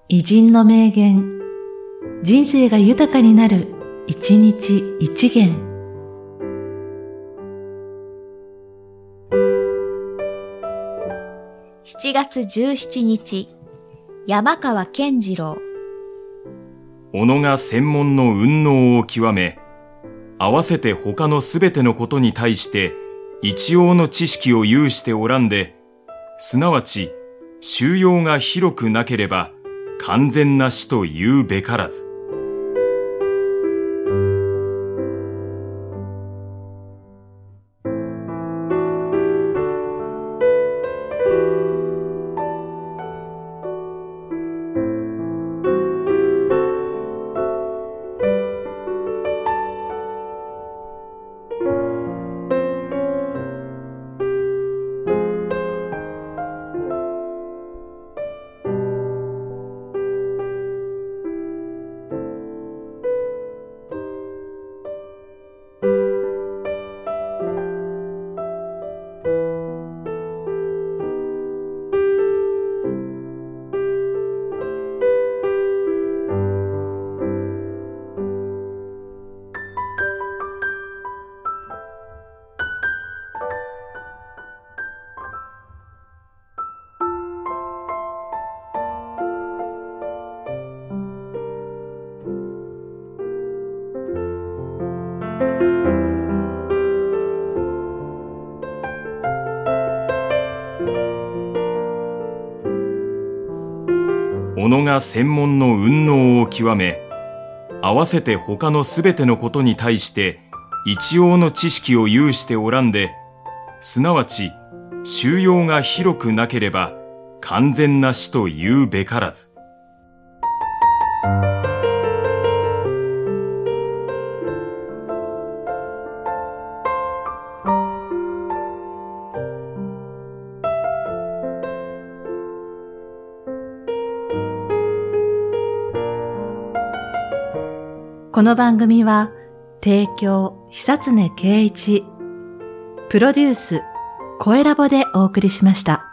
偉人の名言、人生が豊かになる、一日一元。 7月17日、山川健次郎。 己が専門の運能を極め、合わせて他のすべてのことに対して一応の知識を有しておらんで、すなわち修養が広くなければ完全な死と言うべからず。己が専門の運能を極め、合わせて他のすべてのことに対して一応の知識を有しておらんで、すなわち修養が広くなければ完全な死と言うべからず。 この番組は提供久常圭一、プロデュース声ラボでお送りしました。